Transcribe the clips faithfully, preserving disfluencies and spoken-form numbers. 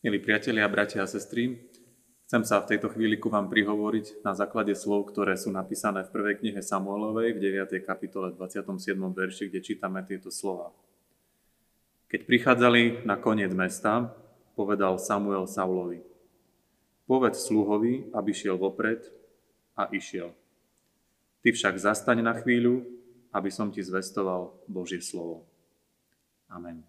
Milí priatelia, bratia a sestry, chcem sa v tejto chvíli ku vám prihovoriť na základe slov, ktoré sú napísané v prvej knihe Samuelovej v deviatej kapitole dvadsiatom siedmom verši, kde čítame tieto slova. Keď prichádzali na koniec mesta, povedal Samuel Saulovi: Povedz sluhovi, aby šiel vopred, a išiel. Ty však zastaň na chvíľu, aby som ti zvestoval Božie slovo. Amen.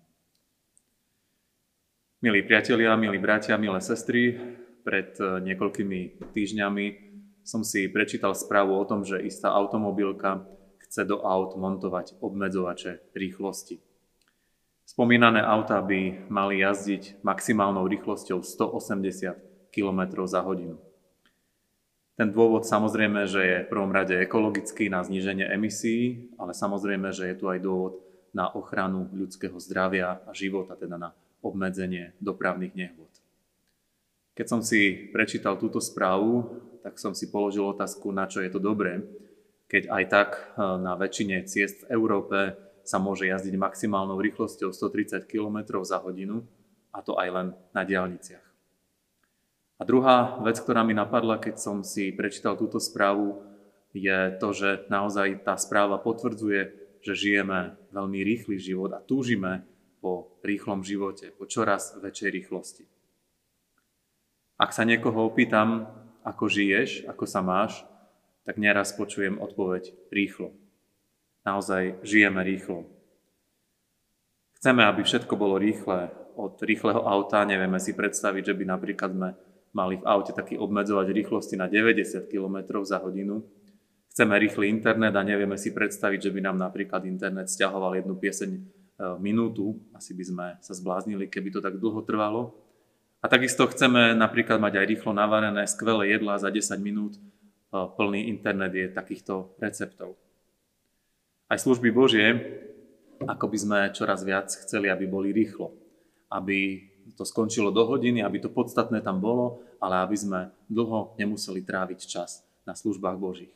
Milí priatelia, milí bratia, milé sestry, pred niekoľkými týždňami som si prečítal správu o tom, že istá automobilka chce do aut montovať obmedzovače rýchlosti. Spomínané autá by mali jazdiť maximálnou rýchlosťou stoosemdesiat kilometrov za hodinu. Ten dôvod samozrejme, že je v prvom rade ekologický na zníženie emisí, ale samozrejme, že je tu aj dôvod na ochranu ľudského zdravia a života, teda na obmedzenie dopravných nehôd. Keď som si prečítal túto správu, tak som si položil otázku, na čo je to dobré, keď aj tak na väčšine ciest v Európe sa môže jazdiť maximálnou rýchlosťou stotridsať kilometrov za hodinu, a to aj len na diaľniciach. A druhá vec, ktorá mi napadla, keď som si prečítal túto správu, je to, že naozaj tá správa potvrdzuje, že žijeme veľmi rýchly život a túžime po rýchlom živote, po čoraz väčšej rýchlosti. Ak sa niekoho opýtam, ako žiješ, ako sa máš, tak neraz počujem odpoveď rýchlo. Naozaj žijeme rýchlo. Chceme, aby všetko bolo rýchle. Od rýchleho auta nevieme si predstaviť, že by napríklad sme mali v aute taký obmedzovač rýchlosti na deväťdesiat kilometrov za hodinu. Chceme rýchly internet a nevieme si predstaviť, že by nám napríklad internet sťahoval jednu pieseň minútu, asi by sme sa zbláznili, keby to tak dlho trvalo. A takisto chceme napríklad mať aj rýchlo navarené skvelé jedlá za desať minút. Plný internet je takýchto receptov. Aj služby Božie, ako by sme čoraz viac chceli, aby boli rýchlo. Aby to skončilo do hodiny, aby to podstatné tam bolo, ale aby sme dlho nemuseli tráviť čas na službách Božích.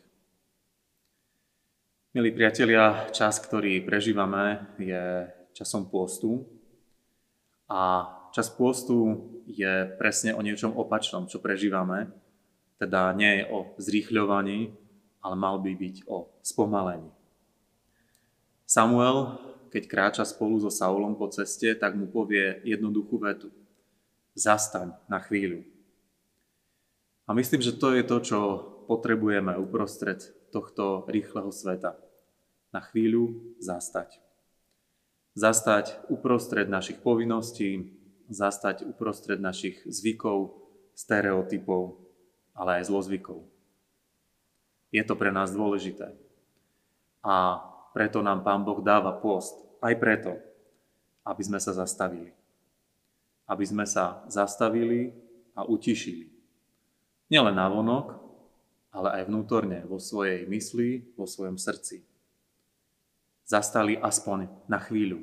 Milí priatelia, čas, ktorý prežívame, je časom pôstu a čas pôstu je presne o niečom opačnom, čo prežívame, teda nie je o zrýchľovaní, ale mal by byť o spomalení. Samuel, keď kráča spolu so Saulom po ceste, tak mu povie jednoduchú vetu: Zastaň na chvíľu. A myslím, že to je to, čo potrebujeme uprostred tohto rýchleho sveta. Na chvíľu zastať. Zastať uprostred našich povinností, zastať uprostred našich zvykov, stereotypov, ale aj zlozvykov. Je to pre nás dôležité. A preto nám Pán Boh dáva pôst. Aj preto, aby sme sa zastavili. Aby sme sa zastavili a utišili. Nielen navonok, ale aj vnútorne vo svojej mysli, vo svojom srdci. Zastali aspoň na chvíľu.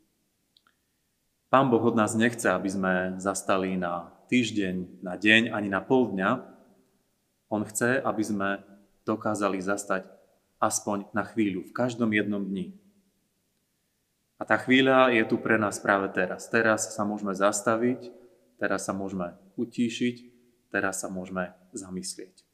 Pán Boh od nás nechce, aby sme zastali na týždeň, na deň, ani na pol dňa. On chce, aby sme dokázali zastať aspoň na chvíľu, v každom jednom dni. A tá chvíľa je tu pre nás práve teraz. Teraz sa môžeme zastaviť, teraz sa môžeme utíšiť, teraz sa môžeme zamyslieť.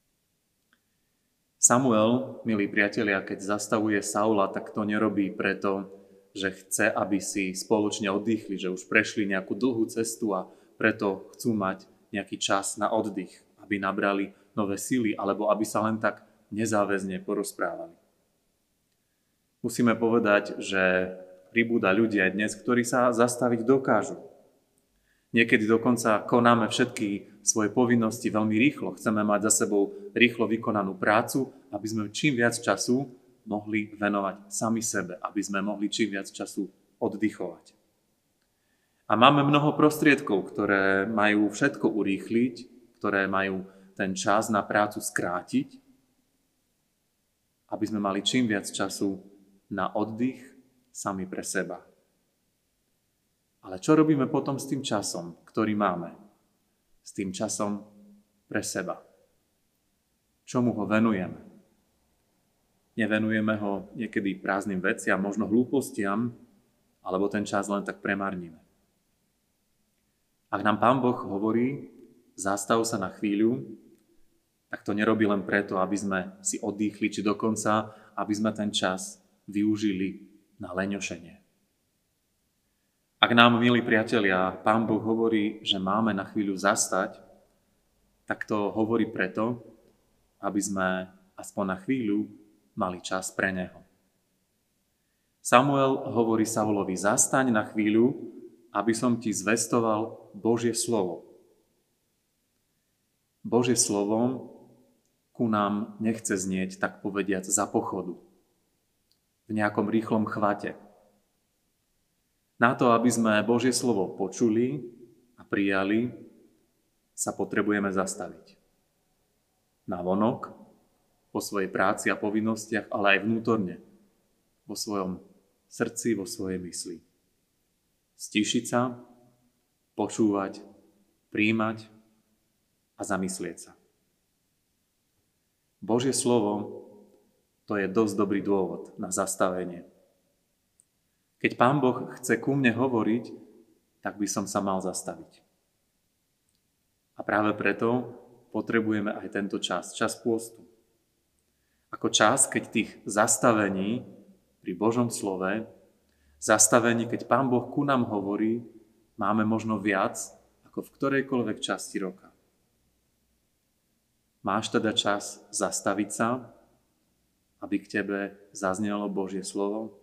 Samuel, milí priatelia, keď zastavuje Saula, tak to nerobí preto, že chce, aby si spoločne oddychli, že už prešli nejakú dlhú cestu a preto chcú mať nejaký čas na oddych, aby nabrali nové sily, alebo aby sa len tak nezáväzne porozprávali. Musíme povedať, že pribúda ľudia dnes, ktorí sa zastaviť dokážu. Niekedy dokonca konáme všetky svoje povinnosti veľmi rýchlo. Chceme mať za sebou rýchlo vykonanú prácu, aby sme čím viac času mohli venovať sami sebe, aby sme mohli čím viac času oddychovať. A máme mnoho prostriedkov, ktoré majú všetko urýchliť, ktoré majú ten čas na prácu skrátiť, aby sme mali čím viac času na oddych sami pre seba. Ale čo robíme potom s tým časom, ktorý máme? S tým časom pre seba. Čomu ho venujeme? Nevenujeme ho niekedy prázdnym veciam, možno hlúpostiam, alebo ten čas len tak premarníme. Ak nám Pán Boh hovorí, zastav sa na chvíľu, tak to nerobí len preto, aby sme si oddychli, či dokonca, aby sme ten čas využili na leňošenie. Ak nám, milí priatelia, Pán Boh hovorí, že máme na chvíľu zastať, tak to hovorí preto, aby sme aspoň na chvíľu mali čas pre Neho. Samuel hovorí Saulovi, zastaň na chvíľu, aby som ti zvestoval Božie slovo. Božie slovo ku nám nechce znieť, tak povediac, za pochodu, v nejakom rýchlom chvate. Na to, aby sme Božie slovo počuli a prijali, sa potrebujeme zastaviť. Navonok, po svojej práci a povinnostiach, ale aj vnútorne, vo svojom srdci, vo svojej mysli. Stíšiť sa, počúvať, prijímať a zamyslieť sa. Božie slovo, to je dosť dobrý dôvod na zastavenie. Keď Pán Boh chce ku mne hovoriť, tak by som sa mal zastaviť. A práve preto potrebujeme aj tento čas, čas pôstu. Ako čas, keď tých zastavení pri Božom slove, zastavení, keď Pán Boh ku nám hovorí, máme možno viac ako v ktorejkoľvek časti roka. Máš teda čas zastaviť sa, aby k tebe zaznelo Božie slovo?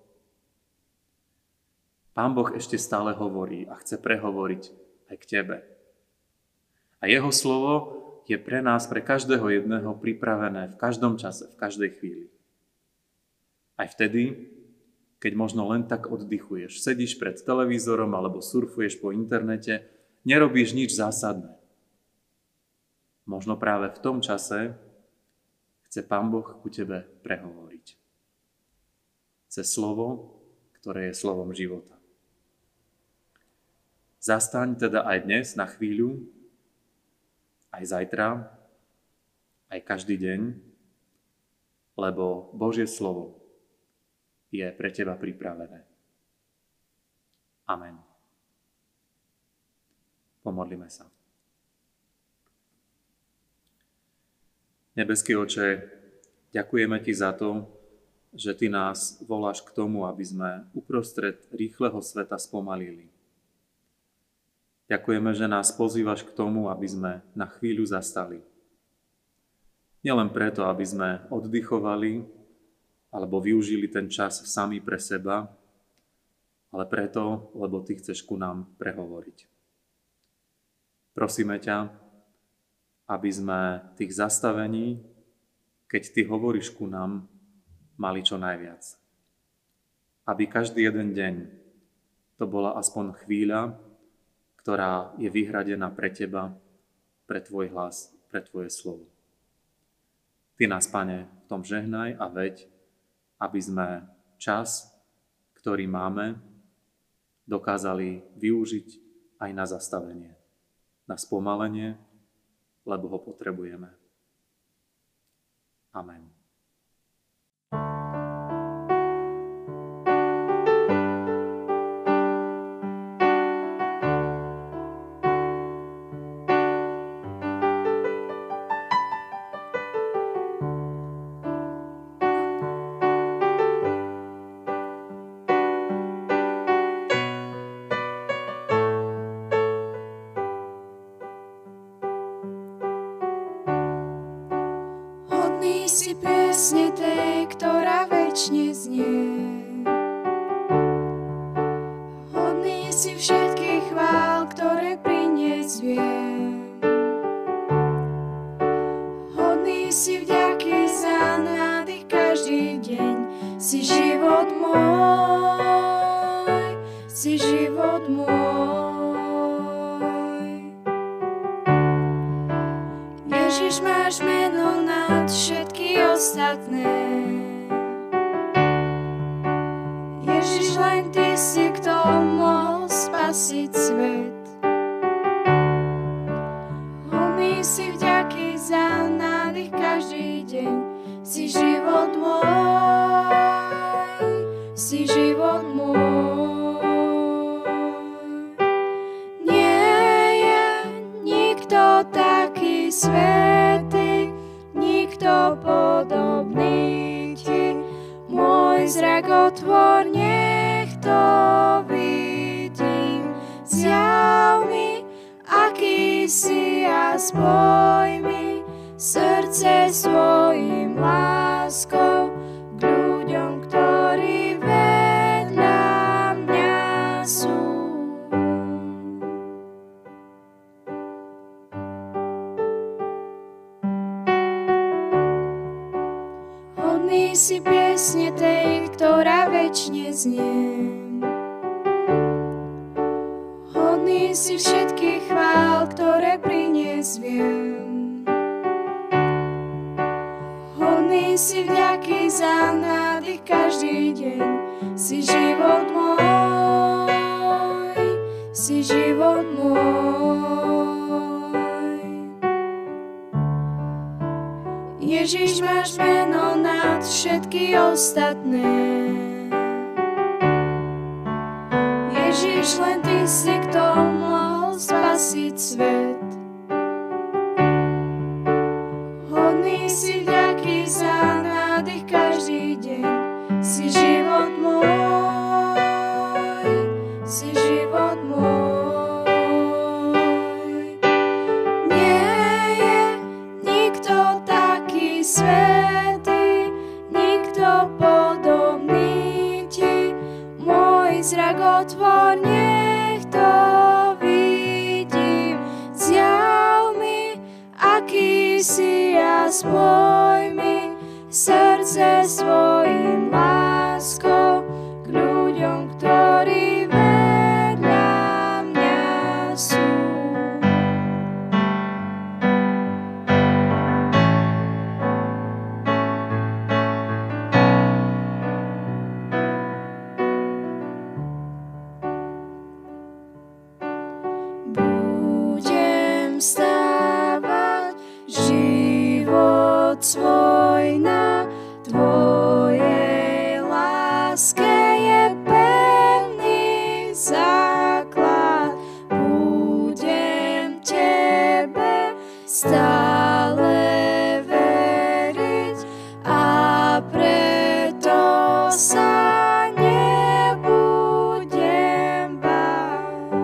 Pán Boh ešte stále hovorí a chce prehovoriť aj k tebe. A jeho slovo je pre nás, pre každého jedného pripravené v každom čase, v každej chvíli. Aj vtedy, keď možno len tak oddychuješ, sedíš pred televízorom alebo surfuješ po internete, nerobíš nič zásadné. Možno práve v tom čase chce Pán Boh ku tebe prehovoriť. Cez slovo, ktoré je slovom života. Zastaň teda aj dnes na chvíľu, aj zajtra, aj každý deň, lebo Božie slovo je pre teba pripravené. Amen. Pomodlíme sa. Nebeský Oče, ďakujeme Ti za to, že Ty nás voláš k tomu, aby sme uprostred rýchleho sveta spomalili. Ďakujeme, že nás pozývaš k tomu, aby sme na chvíľu zastali. Nielen preto, aby sme oddychovali alebo využili ten čas sami pre seba, ale preto, lebo Ty chceš ku nám prehovoriť. Prosíme ťa, aby sme tých zastavení, keď Ty hovoríš ku nám, mali čo najviac. Aby každý jeden deň to bola aspoň chvíľa, ktorá je vyhradená pre Teba, pre Tvoj hlas, pre Tvoje slovo. Ty nás, Pane, v tom žehnaj a veď, aby sme čas, ktorý máme, dokázali využiť aj na zastavenie, na spomalenie, lebo ho potrebujeme. Amen. Si piesne tej, ktorá večne znie. Hodný si všetkých chvál, ktoré priniesť viem. Hodný si vďaky za nádych každý deň. Si život môj, si život môj. Ježiš, máš meno nad všetky ostatné. Ježiš, len Ty si, kto mohol spasiť svet. Hodný si vďaky za nádych každý deň. Si život môj, si život môj. Nie je svätý, nikto podobný ti. Môj zrak otvor, nech to vidím. Zjav mi, aký si a spoj mi srdce svojim láskou k ľuďom, ktorí vedľa mňa sú. Hodný si piesne tej, ktorá večne znie. Hodný si všetkých chvál, ktoré priniesť viem. Hodný si vďaky za nádych každý deň. Si život môj, si život môj. Ježiš, máš meno nad všetky ostatné. Ježiš, len ty si, kto mohol spasiť svet. Hodný si vďaky za nádych každý deň. Si život môj, si život môj. Nie je nikto taký svätý, nikto podobný ti. Môj zrak otvor, nech to vidím. Zjav mi, aký si a spoj mi srdce svojim láskou k ľuďom, ktorí vedľa mňa sú. Budem stávať, život svoj na tvojej láske je pevný základ. Budem tebe stále veriť a preto sa nebudem báť.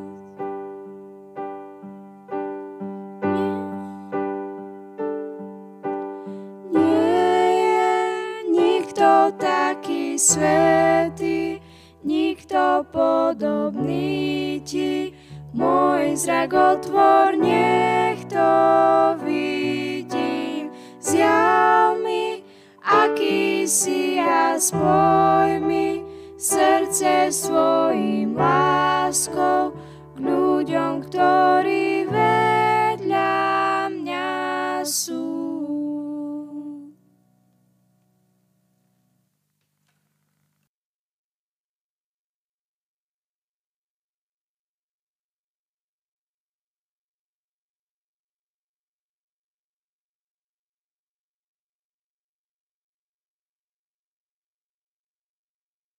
Nie je nikto taký svätý, nikto podobný ti. Môj zrak otvor, nech to vidím. Zjav mi, aký si a spoj mi srdce svojim láskou k ľuďom, ktorí